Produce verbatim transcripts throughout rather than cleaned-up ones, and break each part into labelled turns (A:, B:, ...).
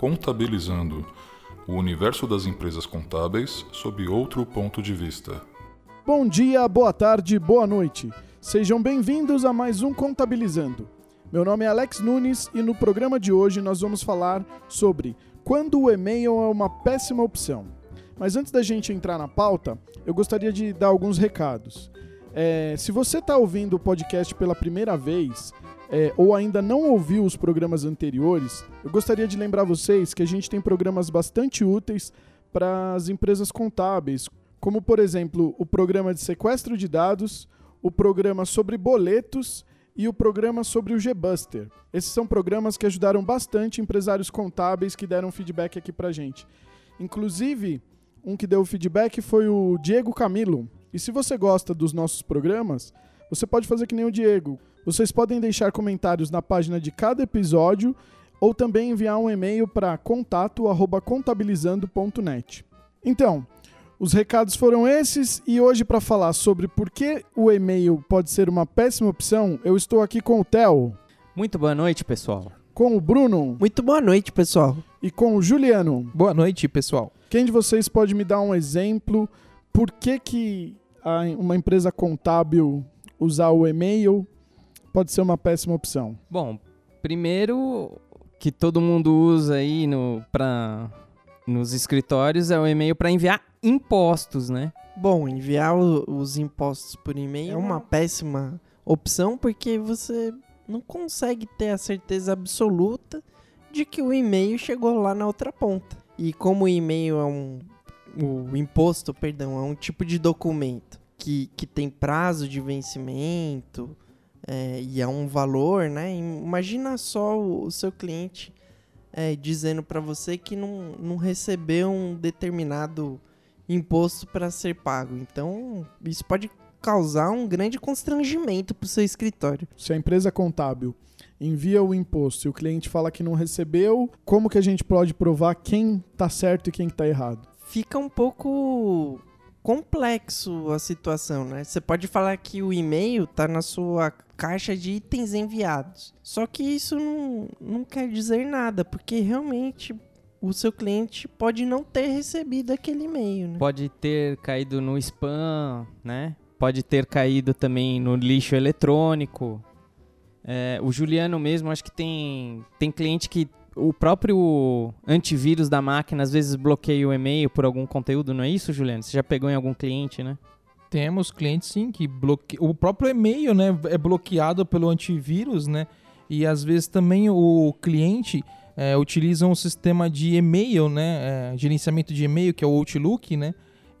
A: Contabilizando, o universo das empresas contábeis sob outro ponto de vista.
B: Bom dia, boa tarde, boa noite. Sejam bem-vindos a mais um Contabilizando. Meu nome é Alex Nunes e no programa de hoje nós vamos falar sobre quando o e-mail é uma péssima opção. Mas antes da gente entrar na pauta, eu gostaria de dar alguns recados. É, se você está ouvindo o podcast pela primeira vez, é, ou ainda não ouviu os programas anteriores, eu gostaria de lembrar vocês que a gente tem programas bastante úteis para as empresas contábeis, como, por exemplo, o programa de sequestro de dados, o programa sobre boletos e o programa sobre o G-Buster. Esses são programas que ajudaram bastante empresários contábeis que deram feedback aqui para a gente. Inclusive, um que deu feedback foi o Diego Camilo. E se você gosta dos nossos programas, você pode fazer que nem o Diego. Vocês podem deixar comentários na página de cada episódio ou também enviar um e-mail para contato arroba contabilizando ponto net. Então, os recados foram esses e hoje para falar sobre por que o e-mail pode ser uma péssima opção, eu estou aqui com o Theo.
C: Muito boa noite, pessoal.
B: Com o Bruno.
D: Muito boa noite, pessoal.
B: E com o Juliano.
E: Boa noite, pessoal.
B: Quem de vocês pode me dar um exemplo por que que uma empresa contábil usar o e-mail pode ser uma péssima opção?
C: Bom, primeiro que todo mundo usa aí no, pra, nos escritórios é o e-mail para enviar impostos, né?
D: Bom, enviar o, os impostos por e-mail é uma péssima opção porque você não consegue ter a certeza absoluta de que o e-mail chegou lá na outra ponta. E como o e-mail é um... o imposto, perdão, é um tipo de documento que, que tem prazo de vencimento é, e é um valor, né? Imagina só o, o seu cliente é, dizendo para você que não, não recebeu um determinado imposto para ser pago. Então, isso pode causar um grande constrangimento para o seu escritório.
B: Se a empresa contábil envia o imposto e o cliente fala que não recebeu, como que a gente pode provar quem está certo e quem está errado?
D: Fica um pouco complexo a situação, né? Você pode falar que o e-mail está na sua caixa de itens enviados. Só que isso não, não quer dizer nada, porque realmente o seu cliente pode não ter recebido aquele e-mail, né?
C: Pode ter caído no spam, né? Pode ter caído também no lixo eletrônico. É, o Juliano mesmo, acho que tem, tem cliente que o próprio antivírus da máquina às vezes bloqueia o e-mail por algum conteúdo, não é isso, Juliano? Você já pegou em algum cliente, né?
E: Temos clientes, sim, que bloqueiam. O próprio e-mail, né, é bloqueado pelo antivírus, né? E às vezes também o cliente é, utiliza um sistema de e-mail, né? É, gerenciamento de e-mail, que é o Outlook, né?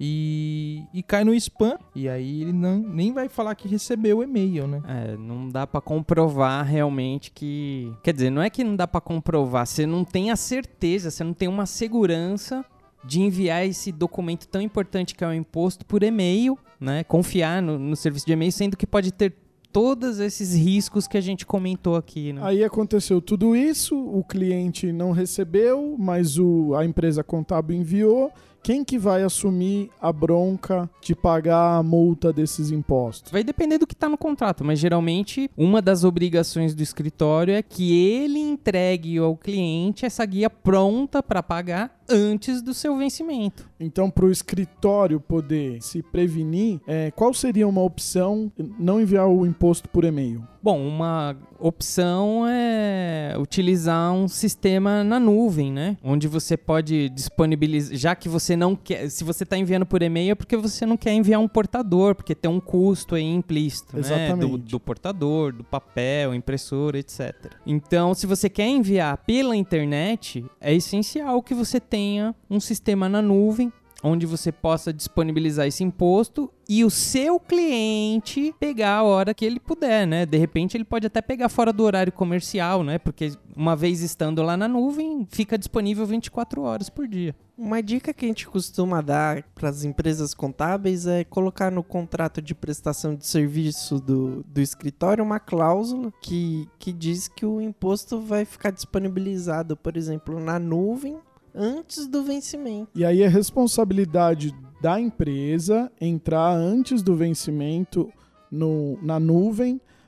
E: E, e cai no spam, e aí ele não, nem vai falar que recebeu o e-mail, né?
C: É, não dá pra comprovar realmente que... Quer dizer, não é que não dá pra comprovar, você não tem a certeza, você não tem uma segurança de enviar esse documento tão importante que é o imposto por e-mail, né? Confiar no, no serviço de e-mail, sendo que pode ter todos esses riscos que a gente comentou aqui, né?
B: Aí aconteceu tudo isso, o cliente não recebeu, mas o, a empresa contábil enviou. Quem que vai assumir a bronca de pagar a multa desses impostos?
C: Vai depender do que está no contrato, mas geralmente uma das obrigações do escritório é que ele entregue ao cliente essa guia pronta para pagar antes do seu vencimento.
B: Então, para o escritório poder se prevenir, é, qual seria uma opção não enviar o imposto por e-mail?
C: Bom, uma opção é utilizar um sistema na nuvem, né? Onde você pode disponibilizar, já que você não quer, se você está enviando por e-mail é porque você não quer enviar um portador, porque tem um custo aí implícito,
B: Exatamente.
C: né? Do, do portador, do papel, impressora, etcétera. Então, se você quer enviar pela internet, é essencial que você tenha um sistema na nuvem onde você possa disponibilizar esse imposto e o seu cliente pegar a hora que ele puder, né? De repente ele pode até pegar fora do horário comercial, né? Porque uma vez estando lá na nuvem, fica disponível vinte e quatro horas por dia.
D: Uma dica que a gente costuma dar para as empresas contábeis é colocar no contrato de prestação de serviço do, do escritório uma cláusula que, que diz que o imposto vai ficar disponibilizado, por exemplo, na nuvem antes do vencimento.
B: E aí é responsabilidade da empresa entrar antes do vencimento no, na nuvem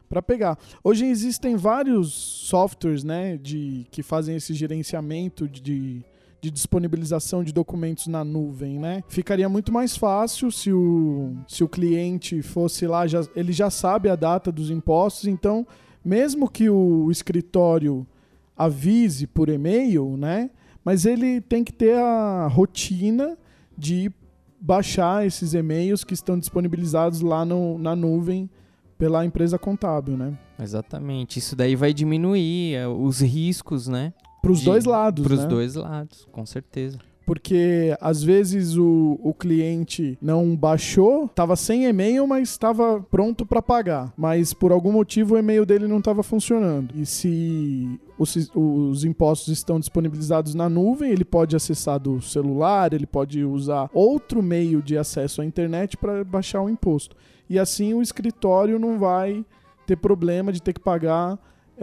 B: para pegar. Hoje existem vários softwares, né, de, que fazem esse gerenciamento de, de disponibilização de documentos na nuvem, né? Ficaria muito mais fácil se o, se o cliente fosse lá, já, ele já sabe a data dos impostos, então, mesmo que o escritório avise por e-mail, né, mas ele tem que ter a rotina de baixar esses e-mails que estão disponibilizados lá no, na nuvem pela empresa contábil, né?
C: Exatamente. Isso daí vai diminuir é, os riscos, né?
B: Para os dois lados,
C: Para os
B: né?
C: dois lados, com certeza.
B: Porque às vezes o, o cliente não baixou, estava sem e-mail, mas estava pronto para pagar. Mas por algum motivo o e-mail dele não estava funcionando. E se os, os impostos estão disponibilizados na nuvem, ele pode acessar do celular, ele pode usar outro meio de acesso à internet para baixar o imposto. E assim o escritório não vai ter problema de ter que pagar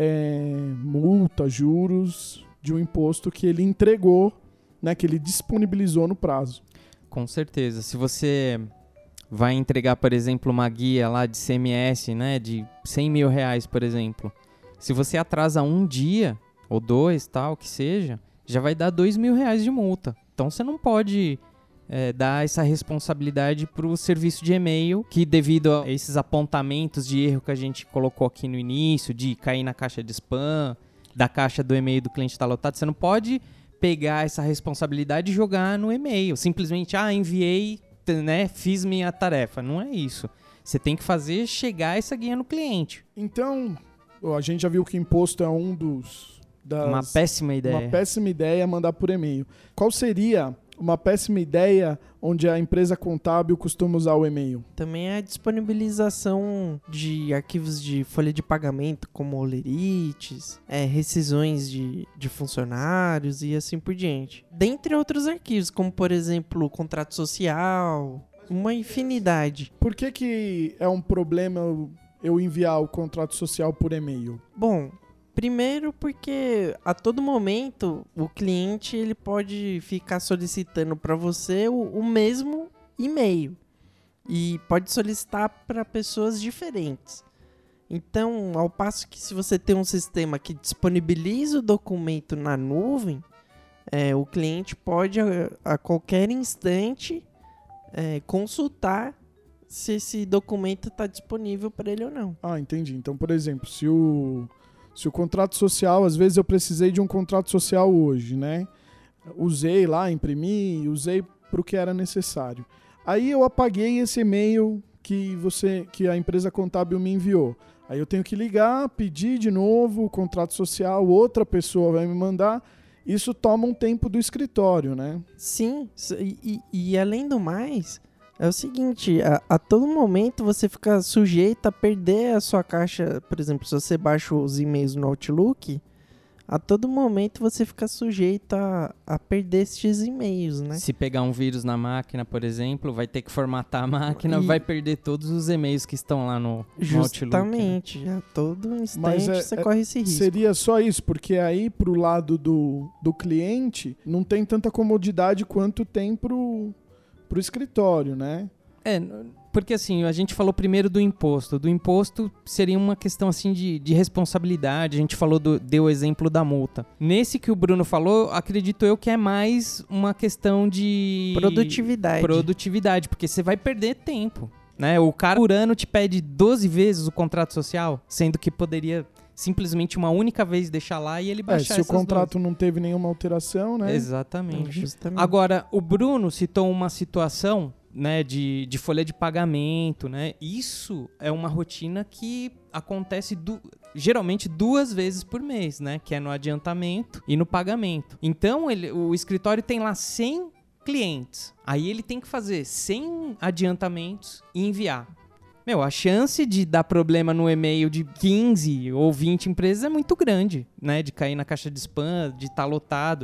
B: é, multa, juros de um imposto que ele entregou, né, que ele disponibilizou no prazo.
C: Com certeza. Se você vai entregar, por exemplo, uma guia lá de C M S, né, de cem mil reais, por exemplo, se você atrasa um dia, ou dois, tal, que seja, já vai dar dois mil reais de multa. Então você não pode é, dar essa responsabilidade para o serviço de e-mail, que devido a esses apontamentos de erro que a gente colocou aqui no início, de cair na caixa de spam, da caixa do e-mail do cliente estar lotado, você não pode pegar essa responsabilidade e jogar no e-mail. Simplesmente, ah, enviei, né, fiz minha tarefa. Não é isso. Você tem que fazer chegar essa guia no cliente.
B: Então, a gente já viu que imposto é um dos... Das,
C: uma péssima ideia.
B: Uma péssima ideia mandar por e-mail. Qual seria uma péssima ideia onde a empresa contábil costuma usar o e-mail?
D: Também é a disponibilização de arquivos de folha de pagamento, como olerites, é, rescisões de, de funcionários e assim por diante. Dentre outros arquivos, como por exemplo, contrato social, uma infinidade.
B: Por que que é um problema eu enviar o contrato social por e-mail?
D: Bom, primeiro porque a todo momento o cliente ele pode ficar solicitando para você o, o mesmo e-mail e pode solicitar para pessoas diferentes. Então, ao passo que se você tem um sistema que disponibiliza o documento na nuvem, é, o cliente pode a, a qualquer instante é, consultar se esse documento está disponível para ele ou não.
B: Ah, entendi. Então, por exemplo, se o Se o contrato social, às vezes eu precisei de um contrato social hoje, né? Usei lá, imprimi, usei para o que era necessário. Aí eu apaguei esse e-mail que, você, que a empresa contábil me enviou. Aí eu tenho que ligar, pedir de novo o contrato social, outra pessoa vai me mandar. Isso toma um tempo do escritório, né?
D: Sim, e, e, e além do mais... É o seguinte, a, a todo momento você fica sujeito a perder a sua caixa. Por exemplo, se você baixa os e-mails no Outlook, a todo momento você fica sujeito a, a perder esses e-mails, né?
C: Se pegar um vírus na máquina, por exemplo, vai ter que formatar a máquina,
D: E...
C: vai perder todos os e-mails que estão lá no, no
D: Justamente,
C: Outlook. Né?
D: a todo instante
B: Mas é,
D: você corre esse risco.
B: Seria só isso, porque aí pro lado do, do cliente não tem tanta comodidade quanto tem pro... pro escritório, né?
C: É, porque assim, a gente falou primeiro do imposto. Do imposto seria uma questão assim de, de responsabilidade. A gente falou do, deu o exemplo da multa. Nesse que o Bruno falou, acredito eu que é mais uma questão de...
D: Produtividade.
C: Produtividade, porque você vai perder tempo, né? O cara por ano te pede doze vezes o contrato social, sendo que poderia... simplesmente uma única vez deixar lá e ele baixar
B: é, se o
C: essas
B: contrato
C: doze.
B: não teve nenhuma alteração, né?
C: Exatamente.
D: Justamente.
C: Agora, o Bruno citou uma situação, né, de, de folha de pagamento, né? Isso é uma rotina que acontece du- geralmente duas vezes por mês, né? Que é no adiantamento e no pagamento. Então, ele, o escritório tem lá cem clientes. Aí ele tem que fazer cem adiantamentos e enviar. Meu, a chance de dar problema no e-mail de quinze ou vinte empresas é muito grande, né? De cair na caixa de spam, de estar lotado.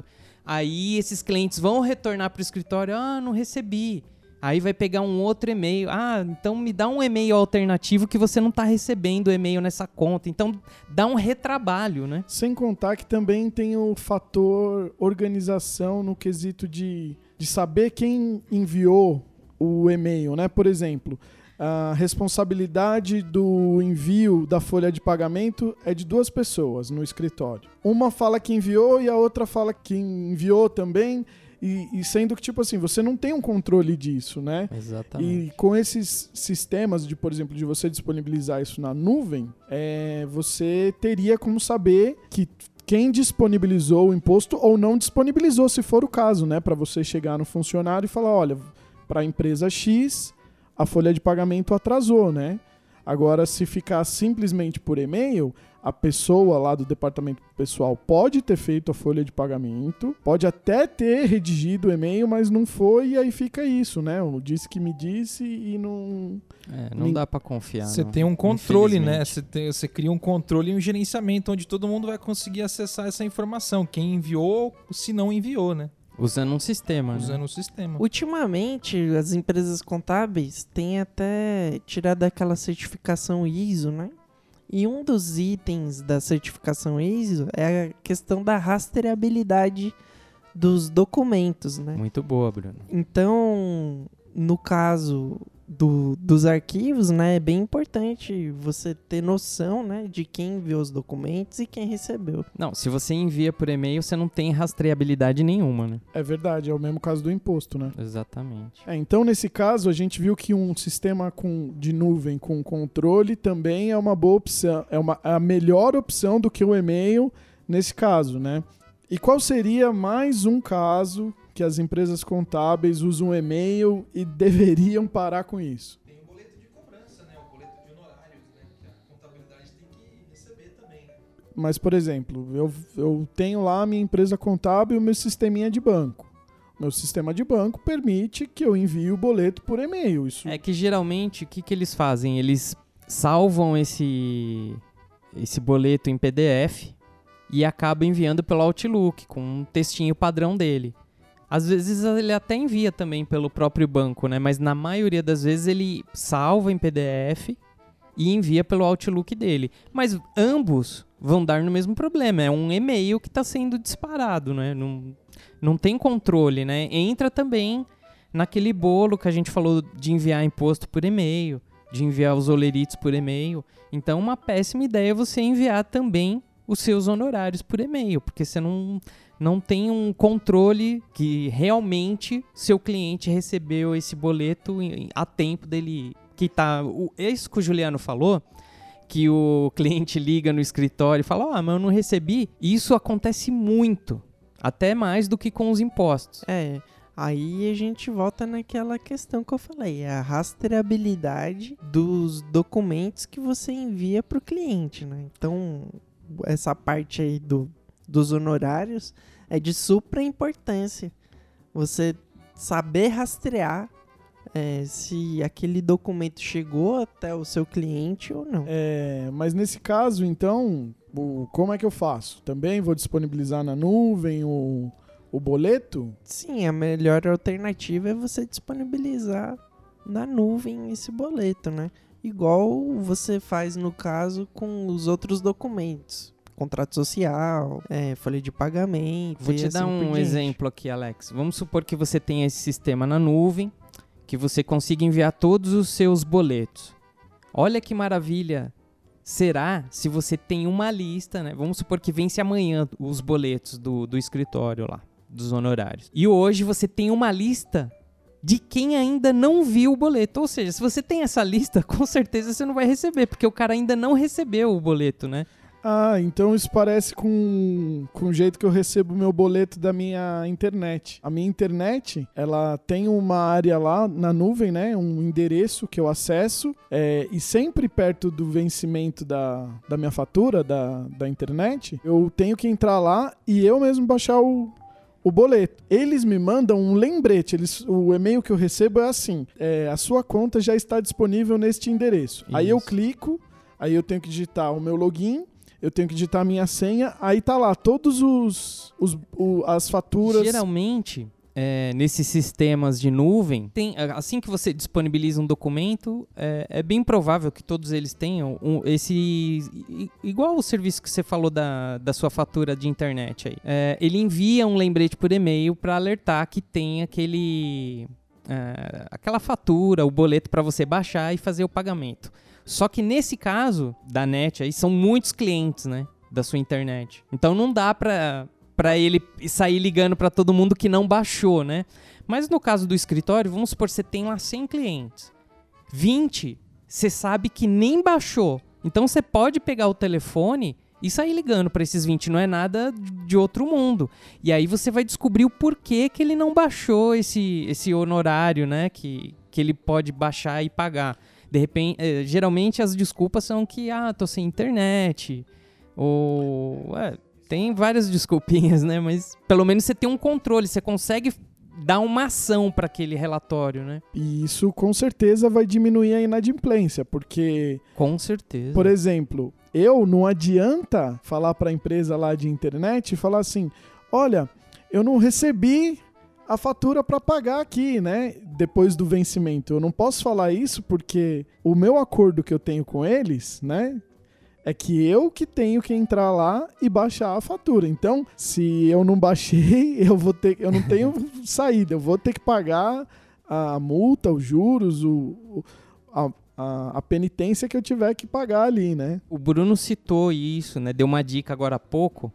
C: Aí esses clientes vão retornar para o escritório, ah, não recebi. Aí vai pegar um outro e-mail, ah, então me dá um e-mail alternativo que você não está recebendo e-mail nessa conta. Então dá um retrabalho, né?
B: Sem contar que também tem o fator organização no quesito de, de saber quem enviou o e-mail, né? Por exemplo... a responsabilidade do envio da folha de pagamento é de duas pessoas no escritório. Uma fala que enviou e a outra fala que enviou também, e, e sendo que, tipo assim, você não tem um controle disso, né?
C: Exatamente.
B: E com esses sistemas de, por exemplo, de você disponibilizar isso na nuvem, é, você teria como saber que quem disponibilizou o imposto ou não disponibilizou, se for o caso, né? Para você chegar no funcionário e falar, olha, para a empresa X, a folha de pagamento atrasou, né? Agora, se ficar simplesmente por e-mail, a pessoa lá do departamento pessoal pode ter feito a folha de pagamento, pode até ter redigido o e-mail, mas não foi, e aí fica isso, né? Eu disse que me disse e não...
C: É, não dá pra confiar.
E: Você
C: não,
E: tem um controle, né?
C: infelizmente.
E: Você, tem, você cria um controle e um gerenciamento onde todo mundo vai conseguir acessar essa informação. Quem enviou, se não enviou, né?
C: Usando um sistema,
E: Usando
C: né?
E: o sistema.
D: Ultimamente, as empresas contábeis têm até tirado aquela certificação I S O, né? E um dos itens da certificação I S O é a questão da rastreabilidade dos documentos, né?
C: Muito boa, Bruno.
D: Então, no caso do, dos arquivos, né, é bem importante você ter noção, né, de quem enviou os documentos e quem recebeu.
C: Não, se você envia por e-mail, você não tem rastreabilidade nenhuma, né?
B: É verdade, é o mesmo caso do imposto, né?
C: Exatamente.
B: É, então, nesse caso, a gente viu que um sistema com, de nuvem com controle também é uma boa opção, é uma, a melhor opção do que o e-mail nesse caso, né? E qual seria mais um caso que as empresas contábeis usam e-mail e deveriam parar com isso?
E: Tem o boleto de cobrança, né? O boleto de honorários, né? Que a contabilidade tem que receber também, né?
B: Mas, por exemplo, eu, eu tenho lá a minha empresa contábil e o meu sisteminha de banco. Meu sistema de banco permite que eu envie o boleto por e-mail. Isso...
C: É que geralmente, o que, que eles fazem? Eles salvam esse, esse boleto em P D F e acabam enviando pelo Outlook, com um textinho padrão dele. Às vezes ele até envia também pelo próprio banco, né? Mas na maioria das vezes ele salva em P D F e envia pelo Outlook dele. Mas ambos vão dar no mesmo problema. É um e-mail que está sendo disparado, né? Não, não tem controle, né? Entra também naquele bolo que a gente falou de enviar imposto por e-mail, de enviar os olerites por e-mail. Então, uma péssima ideia é você enviar também os seus honorários por e-mail, porque você não... não tem um controle que realmente seu cliente recebeu esse boleto a tempo dele. Que tá, o, isso que o Juliano falou, que o cliente liga no escritório e fala, ah, mas eu não recebi. Isso acontece muito, até mais do que com os impostos.
D: É, aí a gente volta naquela questão que eu falei, a rastreabilidade dos documentos que você envia para o cliente, né? Então, essa parte aí do dos honorários é de supra importância. Você saber rastrear é, se aquele documento chegou até o seu cliente ou não.
B: É, mas nesse caso, então, o, como é que eu faço? Também vou disponibilizar na nuvem o, o boleto?
D: Sim, a melhor alternativa é você disponibilizar na nuvem esse boleto, né? Igual você faz no caso com os outros documentos. Contrato social, é, folha de pagamento.
C: Vou te
D: assim
C: dar um exemplo aqui, Alex. Vamos supor que você tenha esse sistema na nuvem, que você consiga enviar todos os seus boletos. Olha que maravilha será se você tem uma lista, né? Vamos supor que vence amanhã os boletos do, do escritório lá, dos honorários. E hoje você tem uma lista de quem ainda não viu o boleto. Ou seja, se você tem essa lista, com certeza você não vai receber, porque o cara ainda não recebeu o boleto, né?
B: Ah, então isso parece com, com o jeito que eu recebo o meu boleto da minha internet. A minha internet, ela tem uma área lá na nuvem, né? Um endereço que eu acesso é, e sempre perto do vencimento da, da minha fatura da, da internet, eu tenho que entrar lá e eu mesmo baixar o, o boleto. Eles me mandam um lembrete. Eles, o e-mail que eu recebo é assim, é, a sua conta já está disponível neste endereço. Isso. Aí eu clico, aí eu tenho que digitar o meu login, eu tenho que digitar a minha senha, aí tá lá todos os, os o, as faturas.
C: Geralmente, é, nesses sistemas de nuvem, tem, assim que você disponibiliza um documento, é, é bem provável que todos eles tenham um, esse... Igual o serviço que você falou da, da sua fatura de internet aí. É, ele envia um lembrete por e-mail para alertar que tem aquele... é, aquela fatura, o boleto para você baixar e fazer o pagamento. Só que nesse caso da net, aí são muitos clientes, né, da sua internet. Então não dá para para ele sair ligando para todo mundo que não baixou, né? Mas no caso do escritório, vamos supor que você tem lá cem clientes. vinte, você sabe que nem baixou. Então você pode pegar o telefone e sair ligando para esses vinte, não é nada de outro mundo. E aí você vai descobrir o porquê que ele não baixou esse, esse honorário, né? Que, que ele pode baixar e pagar. De repente, eh, geralmente as desculpas são que, ah, tô sem internet, ou... É, tem várias desculpinhas, né? Mas pelo menos você tem um controle, você consegue dar uma ação para aquele relatório, né?
B: E isso com certeza vai diminuir a inadimplência, porque...
C: Com certeza.
B: Por exemplo, eu não adianta falar para a empresa lá de internet e falar assim, olha, eu não recebi a fatura para pagar aqui, né? Depois do vencimento. Eu não posso falar isso porque o meu acordo que eu tenho com eles, né? É que eu que tenho que entrar lá e baixar a fatura. Então, se eu não baixei, eu vou ter, eu não tenho saída. Eu vou ter que pagar a multa, os juros, o, a, a, a penitência que eu tiver que pagar ali, né?
C: O Bruno citou isso, né? Deu uma dica agora há pouco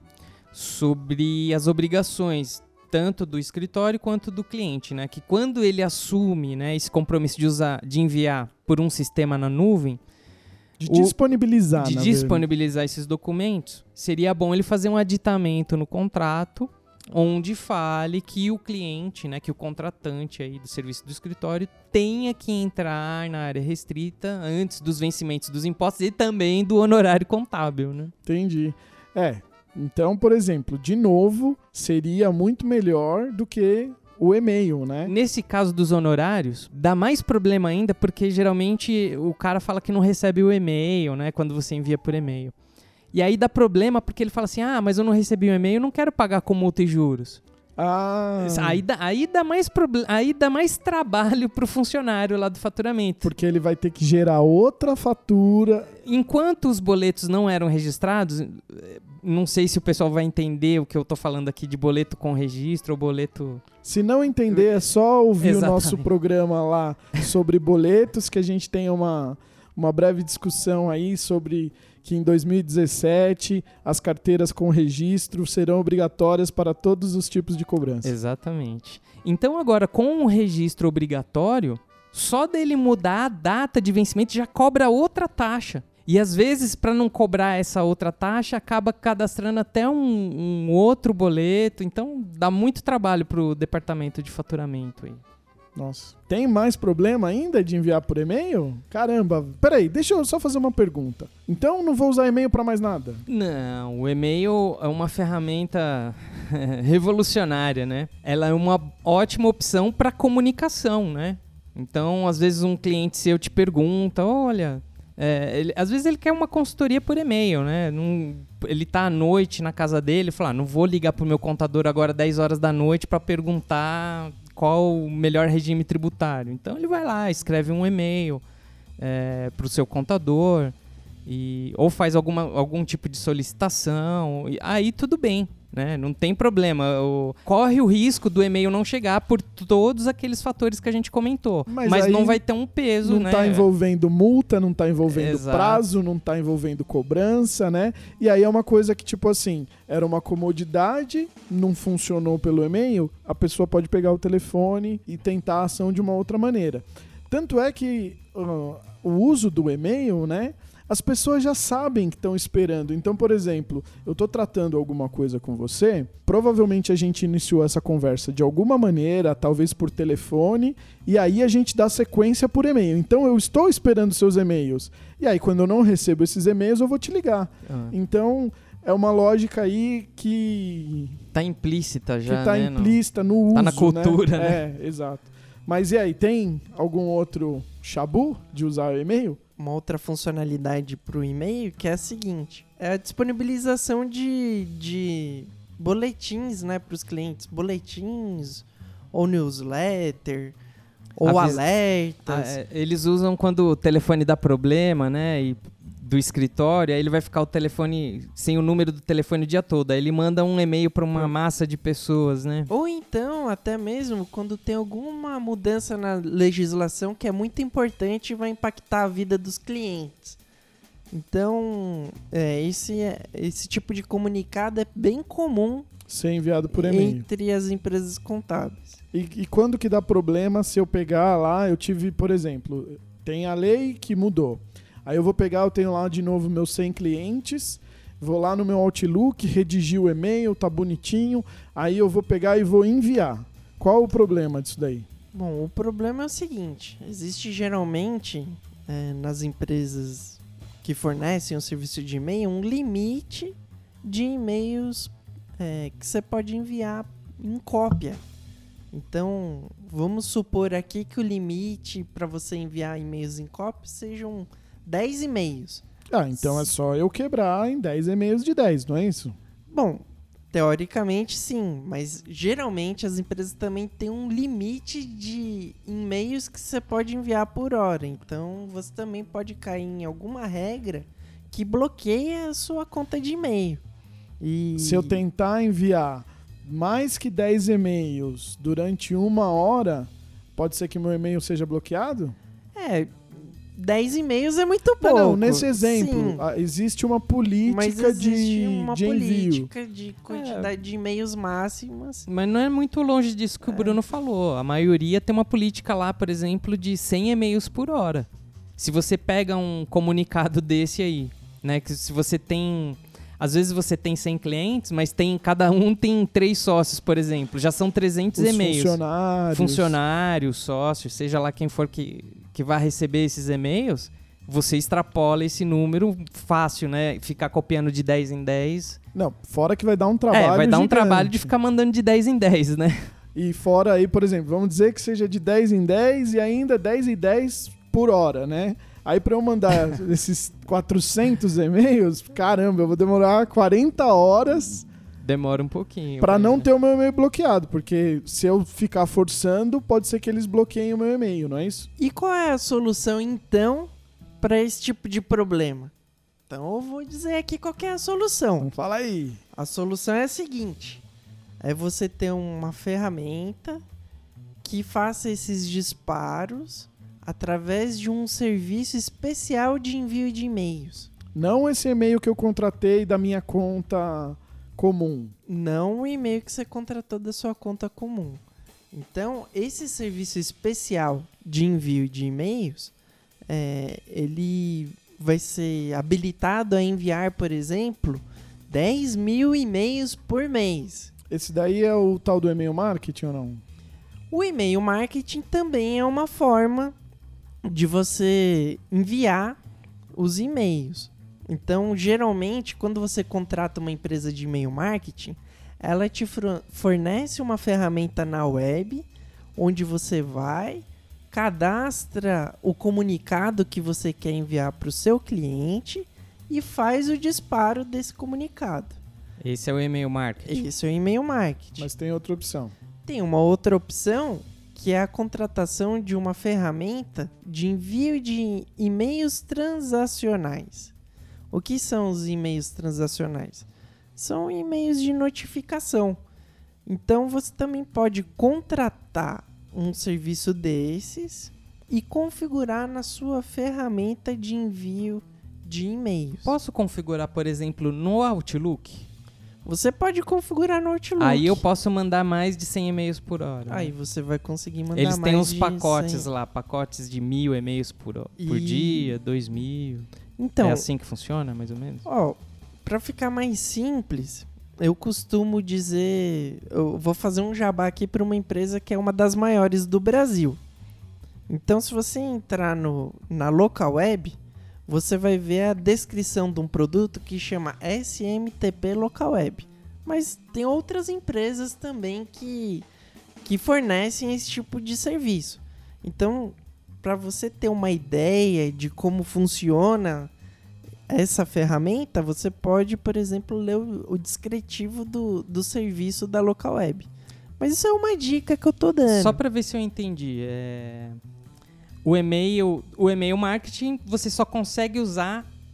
C: sobre as obrigações tanto do escritório quanto do cliente, né? Que quando ele assume, né, esse compromisso de usar, de enviar por um sistema na nuvem,
B: De disponibilizar,
C: o, de
B: na
C: disponibilizar esses documentos, seria bom ele fazer um aditamento no contrato onde fale que o cliente, né, que o contratante aí do serviço do escritório tenha que entrar na área restrita antes dos vencimentos dos impostos e também do honorário contábil, né?
B: Entendi. É, então, por exemplo, de novo, seria muito melhor do que o e-mail, né?
C: Nesse caso dos honorários, dá mais problema ainda porque geralmente o cara fala que não recebe o e-mail, né? Quando você envia por e-mail. E aí dá problema porque ele fala assim, ah, mas eu não recebi o e-mail, eu não quero pagar com multa e juros.
B: Ah.
C: Aí dá, aí dá mais proble- aí dá mais trabalho pro funcionário lá do faturamento.
B: Porque ele vai ter que gerar outra fatura.
C: Enquanto os boletos não eram registrados, não sei se o pessoal vai entender o que eu tô falando aqui de boleto com registro ou boleto...
B: Se não entender, é só ouvir
C: Exatamente.
B: o nosso programa lá sobre boletos, que a gente tem uma, uma breve discussão aí sobre que em dois mil e dezessete as carteiras com registro serão obrigatórias para todos os tipos de cobrança.
C: Exatamente. Então agora, com o registro obrigatório, só dele mudar a data de vencimento já cobra outra taxa. E às vezes, para não cobrar essa outra taxa, acaba cadastrando até um, um outro boleto. Então, dá muito trabalho para o departamento de faturamento aí.
B: Nossa. Tem mais problema ainda de enviar por e-mail? Caramba. Peraí, deixa eu só fazer uma pergunta. Então, não vou usar e-mail para mais nada?
C: Não, o e-mail é uma ferramenta revolucionária, né? Ela é uma ótima opção para comunicação, né? Então, às vezes, um cliente seu te pergunta, olha... É, ele, às vezes ele quer uma consultoria por e-mail, né? Não, ele tá à noite na casa dele e fala, ah, não vou ligar pro meu contador agora dez horas da noite para perguntar qual o melhor regime tributário. Então ele vai lá, escreve um e-mail é, pro seu contador e, ou faz alguma, algum tipo de solicitação. E, aí tudo bem, né? Não tem problema. O, corre o risco do e-mail não chegar por todos aqueles fatores que a gente comentou.
B: Mas,
C: mas
B: aí
C: não vai ter um peso,
B: não
C: né?
B: Não tá envolvendo multa, não tá envolvendo
C: Exato.
B: prazo, não tá envolvendo cobrança, né? E aí é uma coisa que, tipo assim, era uma comodidade, não funcionou pelo e-mail, a pessoa pode pegar o telefone e tentar a ação de uma outra maneira. Tanto é que uh, o uso do e-mail, né? As pessoas já sabem que estão esperando. Então, por exemplo, eu estou tratando alguma coisa com você, provavelmente a gente iniciou essa conversa de alguma maneira, talvez por telefone, e aí a gente dá sequência por e-mail. Então, eu estou esperando seus e-mails. E aí, quando eu não recebo esses e-mails, eu vou te ligar. Ah. Então, é uma lógica aí que...
C: Tá implícita já,
B: que tá
C: né?
B: implícita no uso,
C: tá na cultura, né?
B: né? É, exato. Mas e aí, tem algum outro chabu de usar o e-mail?
D: Uma outra funcionalidade para o e-mail que é a seguinte, é a disponibilização de, de boletins, né, para os clientes, boletins ou newsletter ou
C: Avis...
D: alertas.
C: Ah, é, eles usam quando o telefone dá problema, né, e do escritório, aí ele vai ficar o telefone sem o número do telefone o dia todo. Aí ele manda um e-mail para uma massa de pessoas, né?
D: Ou então, até mesmo, quando tem alguma mudança na legislação que é muito importante e vai impactar a vida dos clientes. Então, é, esse, esse tipo de comunicado é bem comum
B: ser enviado por e-mail
D: entre as empresas contábeis.
B: E, e quando que dá problema se eu pegar lá, eu tive, por exemplo, tem a lei que mudou. Aí eu vou pegar, eu tenho lá de novo meus cem clientes, vou lá no meu Outlook, redigir o e-mail, tá bonitinho, aí eu vou pegar e vou enviar. Qual o problema disso daí?
D: Bom, o problema é o seguinte, existe geralmente é, nas empresas que fornecem um serviço de e-mail um limite de e-mails é, que você pode enviar em cópia. Então, vamos supor aqui que o limite para você enviar e-mails em cópia sejam dez e-mails.
B: Ah, então é só eu quebrar em dez e-mails de dez, não é isso?
D: Bom, teoricamente sim, mas geralmente as empresas também têm um limite de e-mails que você pode enviar por hora. Então, você também pode cair em alguma regra que bloqueia a sua conta de e-mail. E...
B: Se eu tentar enviar mais que dez e-mails durante uma hora, pode ser que meu e-mail seja bloqueado?
D: É, dez e-mails é muito pouco.
B: Não, não, nesse exemplo,
D: sim,
B: ah, existe uma política
D: mas existe
B: de,
D: uma
B: de envio.
D: política de quantidade é. de e-mails máximas.
C: Mas não é muito longe disso que é. o Bruno falou. A maioria tem uma política lá, por exemplo, de cem e-mails por hora. Se você pega um comunicado desse aí, né, que se você tem... Às vezes você tem cem clientes, mas tem, cada um tem três sócios, por exemplo. Já são trezentos
B: Os
C: e-mails.
B: Funcionários.
C: Funcionários, sócios, seja lá quem for que, que vai receber esses e-mails, você extrapola esse número fácil, né? Ficar copiando de dez em dez.
B: Não, fora que vai dar um trabalho
C: É, vai dar um
B: gigante.
C: trabalho de ficar mandando de dez em dez, né?
B: E fora aí, por exemplo, vamos dizer que seja de dez em dez e ainda dez em dez por hora, né? Aí pra eu mandar esses quatrocentos e-mails, caramba, eu vou demorar quarenta horas.
C: Demora um pouquinho.
B: Pra
C: mas,
B: não
C: né?
B: ter o meu e-mail bloqueado, porque se eu ficar forçando, pode ser que eles bloqueiem o meu e-mail, não é isso?
D: E qual é a solução, então, para esse tipo de problema? Então eu vou dizer aqui qual que é a solução.
B: Então fala aí.
D: A solução é a seguinte, é você ter uma ferramenta que faça esses disparos através de um serviço especial de envio de e-mails.
B: Não esse e-mail que eu contratei da minha conta comum.
D: Não o e-mail que você contratou da sua conta comum. Então, esse serviço especial de envio de e-mails, é, ele vai ser habilitado a enviar, por exemplo, dez mil e-mails por mês.
B: Esse daí é o tal do e-mail marketing ou não?
D: O e-mail marketing também é uma forma de você enviar os e-mails. Então, geralmente, quando você contrata uma empresa de e-mail marketing, ela te fornece uma ferramenta na web, onde você vai, cadastra o comunicado que você quer enviar para o seu cliente e faz o disparo desse comunicado.
C: Esse é o e-mail marketing.
D: Esse é o e-mail marketing.
B: Mas tem outra opção.
D: Tem uma outra opção, que é a contratação de uma ferramenta de envio de e-mails transacionais. O que são os e-mails transacionais? São e-mails de notificação. Então, você também pode contratar um serviço desses e configurar na sua ferramenta de envio de e-mails.
C: Posso configurar, por exemplo, no Outlook?
D: Você pode configurar no Outlook.
C: Aí eu posso mandar mais de cem e-mails por hora.
D: Aí
C: né?
D: você vai conseguir mandar
C: Eles
D: mais
C: têm uns
D: de
C: pacotes
D: cem.
C: lá, pacotes de mil e-mails por, por
D: E-
C: dia, dois mil.
D: Então,
C: é assim que funciona, mais ou menos?
D: ó, pra ficar mais simples, eu costumo dizer... Eu vou fazer um jabá aqui para uma empresa que é uma das maiores do Brasil. Então, se você entrar no, na local web, você vai ver a descrição de um produto que chama S M T P Local Web. Mas tem outras empresas também que, que fornecem esse tipo de serviço. Então, para você ter uma ideia de como funciona essa ferramenta, você pode, por exemplo, ler o, o descritivo do, do serviço da local web. Mas isso é uma dica que eu tô dando.
C: Só para ver se eu entendi. É... O e-mail, o e-mail marketing, você só consegue usar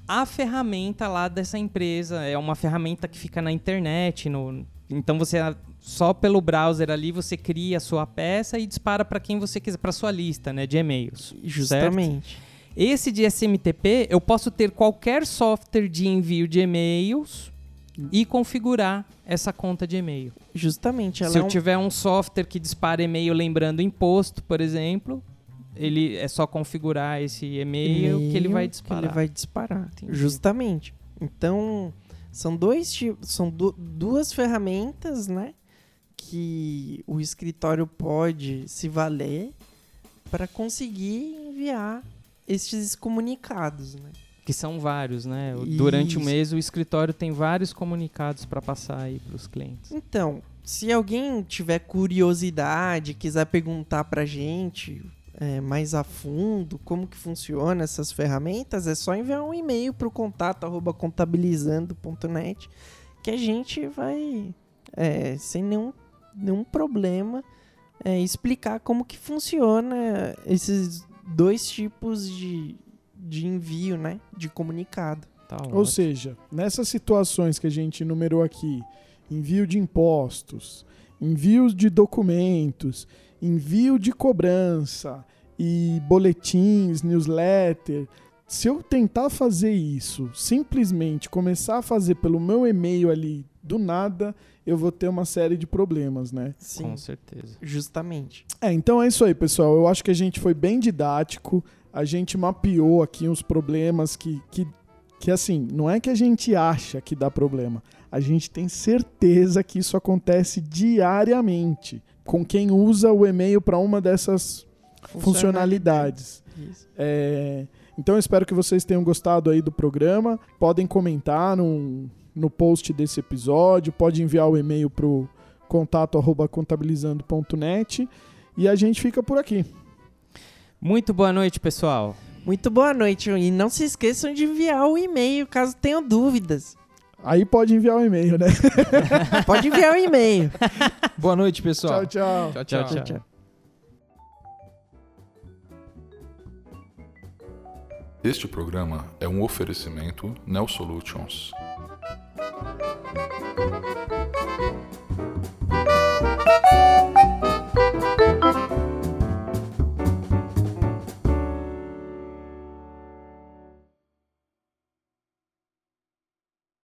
C: a ferramenta lá dessa empresa. É uma ferramenta que fica na internet. No... Então você só pelo browser ali você cria a sua peça e dispara para quem você quiser, para sua lista, né, de e-mails.
D: Justamente.
C: Certo? Esse de S M T P, eu posso ter qualquer software de envio de e-mails e configurar essa conta de e-mail.
D: Justamente. Ela
C: Se
D: é
C: eu
D: um...
C: tiver um software que dispara e-mail lembrando imposto, por exemplo, ele é só configurar esse e-mail, e-mail que ele vai disparar.
D: Que ele vai disparar.
C: Entendi.
D: Justamente. Então, são dois tipos, são du- duas ferramentas, né, que o escritório pode se valer para conseguir enviar estes comunicados, né?
C: Que são vários, né?
D: Isso.
C: Durante o mês o escritório tem vários comunicados para passar aí para os clientes.
D: Então, se alguém tiver curiosidade, quiser perguntar pra gente é, mais a fundo como que funciona essas ferramentas, é só enviar um e-mail pro contato arroba contabilizando ponto net que a gente vai, é, sem nenhum, nenhum problema, é, explicar como que funciona esses dois tipos de, de envio, né, de comunicado.
C: Tá
B: Ou
C: ótimo.
B: seja, nessas situações que a gente enumerou aqui, envio de impostos, envio de documentos, envio de cobrança e boletins, newsletter, se eu tentar fazer isso, simplesmente começar a fazer pelo meu e-mail ali, do nada, eu vou ter uma série de problemas, né?
D: Sim,
C: Com certeza.
D: justamente.
B: É, então é isso aí, pessoal. Eu acho que a gente foi bem didático, a gente mapeou aqui uns problemas que, que, que assim, não é que a gente acha que dá problema, a gente tem certeza que isso acontece diariamente com quem usa o e-mail para uma dessas funcionalidades.
D: Isso.
B: É, então eu espero que vocês tenham gostado aí do programa. Podem comentar no, no post desse episódio, pode enviar o e-mail para o contato arroba contabilizando ponto net e a gente fica por aqui.
C: Muito boa noite, pessoal.
D: Muito boa noite. E não se esqueçam de enviar o e-mail caso tenham dúvidas.
B: Aí pode enviar o e-mail, né?
D: Pode enviar o e-mail.
E: Boa noite, pessoal.
B: Tchau, tchau.
E: Tchau, tchau.
C: Tchau, tchau.
A: Este programa é um oferecimento Neo Solutions.